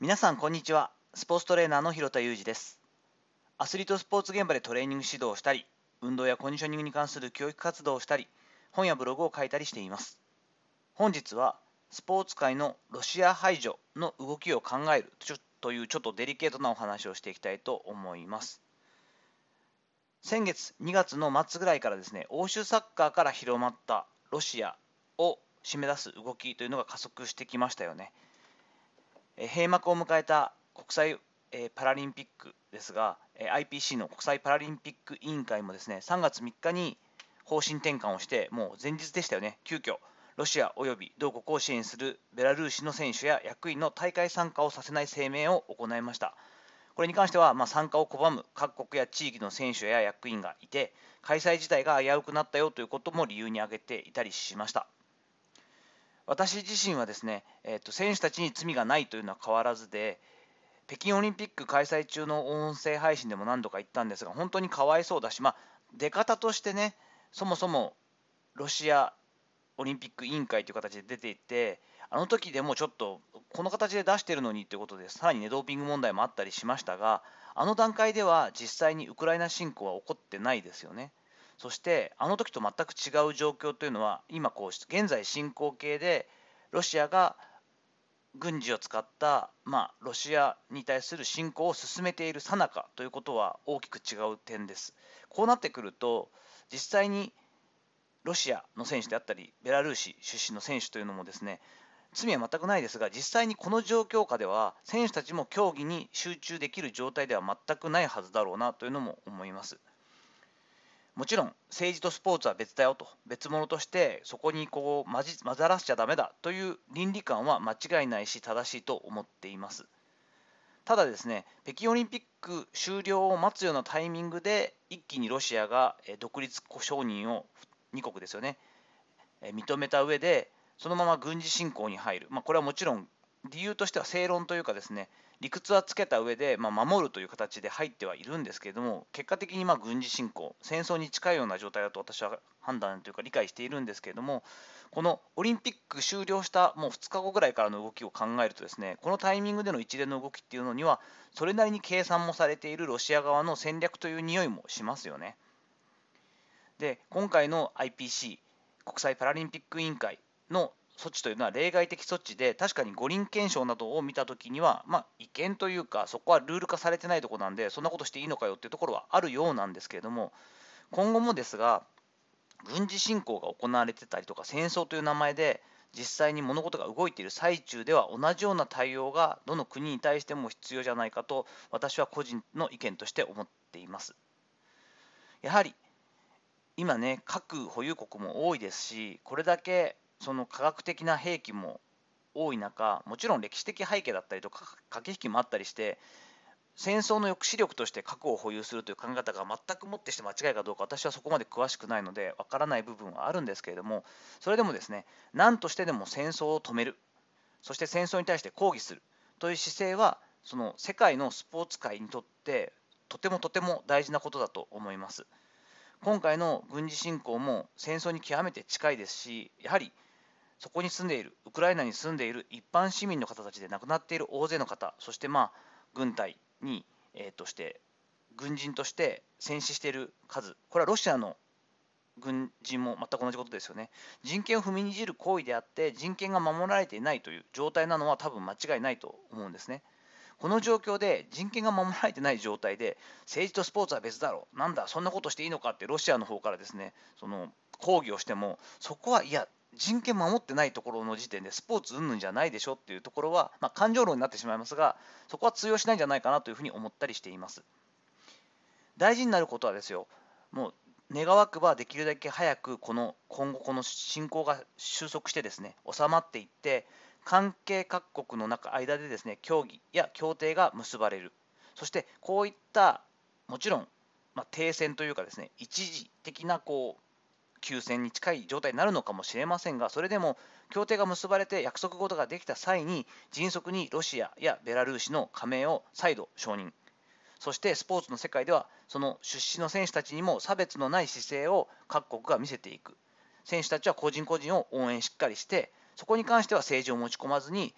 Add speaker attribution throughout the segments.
Speaker 1: 皆さんこんにちは。スポーツトレーナーの広田裕二です。アスリートスポーツ現場でトレーニング指導をしたり、運動やコンディショニングに関する教育活動をしたり、本やブログを書いたりしています。本日はスポーツ界のロシア排除の動きを考えるというちょっとデリケートなお話をしていきたいと思います。先月2月の末ぐらいからですね、欧州サッカーから広まったロシアを締め出す動きというのが加速してきましたよね。閉幕を迎えた国際パラリンピックですが、IPC の国際パラリンピック委員会もですね、3月3日に方針転換をして、もう前日でしたよね、急遽ロシア及び同国を支援するベラルーシの選手や役員の大会参加をさせない声明を行いました。これに関しては、参加を拒む各国や地域の選手や役員がいて、開催自体が危うくなったよということも理由に挙げていたりしました。私自身はですね、選手たちに罪がないというのは変わらずで、北京オリンピック開催中の音声配信でも何度か言ったんですが、本当にかわいそうだし、出方としてね、そもそもロシアオリンピック委員会という形で出ていって、あの時でもちょっとこの形で出しているのにということで、さらにね、ドーピング問題もあったりしましたが、あの段階では実際にウクライナ侵攻は起こってないですよね。そして、あの時と全く違う状況というのは、今現在進行形で、ロシアが軍事を使った、ロシアに対する侵攻を進めている最中ということは大きく違う点です。こうなってくると、実際にロシアの選手であったり、ベラルーシ出身の選手というのもですね、罪は全くないですが、実際にこの状況下では、選手たちも競技に集中できる状態では全くないはずだろうなというのも思います。もちろん政治とスポーツは別だよと、別物としてそこに混ざらせちゃだめだという倫理観は間違いないし正しいと思っています。ただですね、北京オリンピック終了を待つようなタイミングで一気にロシアが独立承認を2国ですよね、認めた上で、そのまま軍事侵攻に入る、これはもちろん理由としては正論というかですね、理屈はつけた上で、守るという形で入ってはいるんですけれども、結果的に軍事侵攻、戦争に近いような状態だと私は判断というか理解しているんですけれども、このオリンピック終了したもう2日後ぐらいからの動きを考えるとですね、このタイミングでの一連の動きっていうのには、それなりに計算もされているロシア側の戦略という匂いもしますよね。で、今回の IPC、国際パラリンピック委員会の措置というのは例外的措置で、確かに五輪憲章などを見たときには、違憲というか、そこはルール化されてないところなんで、そんなことしていいのかよっていうところはあるようなんですけれども、今後もですが、軍事侵攻が行われてたりとか、戦争という名前で、実際に物事が動いている最中では、同じような対応がどの国に対しても必要じゃないかと、私は個人の意見として思っています。やはり今ね、核保有国も多いですし、これだけその科学的な兵器も多い中、もちろん歴史的背景だったりとか駆け引きもあったりして、戦争の抑止力として核を保有するという考え方が全くもってして間違いかどうか、私はそこまで詳しくないのでわからない部分はあるんですけれども、それでもですね、何としてでも戦争を止める、そして戦争に対して抗議するという姿勢は、その世界のスポーツ界にとってとてもとても大事なことだと思います。今回の軍事侵攻も戦争に極めて近いですし、やはりそこに住んでいる、ウクライナに住んでいる一般市民の方たちで亡くなっている大勢の方、そして軍隊に、として軍人として戦死している数、これはロシアの軍人も全く同じことですよね。人権を踏みにじる行為であって、人権が守られていないという状態なのは多分間違いないと思うんですね。この状況で人権が守られてない状態で、政治とスポーツは別だろう、なんだ、そんなことしていいのかってロシアの方からですね、その抗議をしても、そこはいや、人権守ってないところの時点でスポーツ云々じゃないでしょっていうところは、感情論になってしまいますが、そこは通用しないんじゃないかなというふうに思ったりしています。大事になることはですよ、もう願わくばできるだけ早く今後この侵攻が収束してですね、収まっていって、関係各国の間でですね、協議や協定が結ばれる。そしてこういったもちろん、停戦というかですね、一時的な休戦に近い状態になるのかもしれませんが、それでも協定が結ばれて約束事ができた際に、迅速にロシアやベラルーシの加盟を再度承認。そしてスポーツの世界では、その出資の選手たちにも差別のない姿勢を各国が見せていく。選手たちは個人個人を応援しっかりして、そこに関しては政治を持ち込まずに、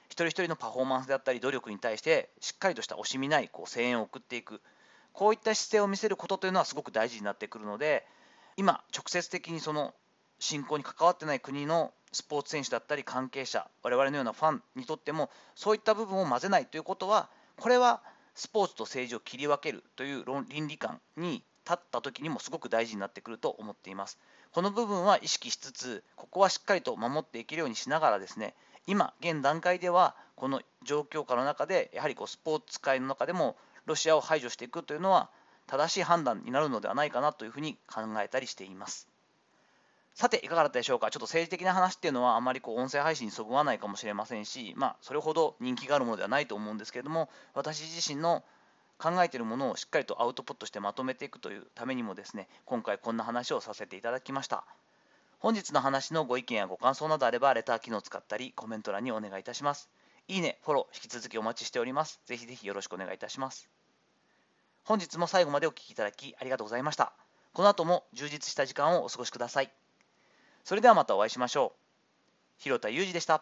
Speaker 1: 一人一人のパフォーマンスであったり努力に対してしっかりとした惜しみない声援を送っていく、こういった姿勢を見せることというのはすごく大事になってくるので、今直接的にその進行に関わってない国のスポーツ選手だったり関係者、我々のようなファンにとってもそういった部分を混ぜないということは、これはスポーツと政治を切り分けるという倫理観に立った時にもすごく大事になってくると思っています。この部分は意識しつつ、ここはしっかりと守っていけるようにしながらですね、今現段階ではこの状況下の中でやはりスポーツ界の中でもロシアを排除していくというのは正しい判断になるのではないかなというふうに考えたりしています。さていかがだったでしょうか。ちょっと政治的な話っていうのはあまり音声配信にそぐわないかもしれませんし、それほど人気があるものではないと思うんですけれども、私自身の考えているものをしっかりとアウトプットしてまとめていくというためにもですね、今回こんな話をさせていただきました。本日の話のご意見やご感想などあればレター機能を使ったりコメント欄にお願いいたします。いいね、フォロー引き続きお待ちしております。ぜひぜひよろしくお願いいたします。本日も最後までお聞きいただきありがとうございました。この後も充実した時間をお過ごしください。それではまたお会いしましょう。広田裕二でした。